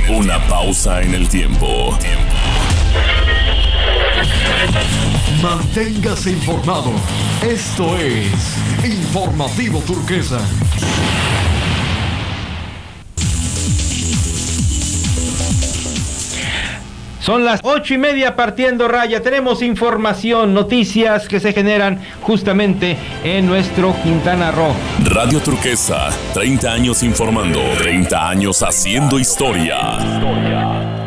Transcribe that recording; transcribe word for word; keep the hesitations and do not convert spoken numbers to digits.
Una pausa en el tiempo. Manténgase informado. Esto es Informativo Turquesa. Son las ocho y media partiendo raya. Tenemos información, noticias que se generan justamente en nuestro Quintana Roo. Radio Turquesa, treinta años informando, treinta años haciendo historia.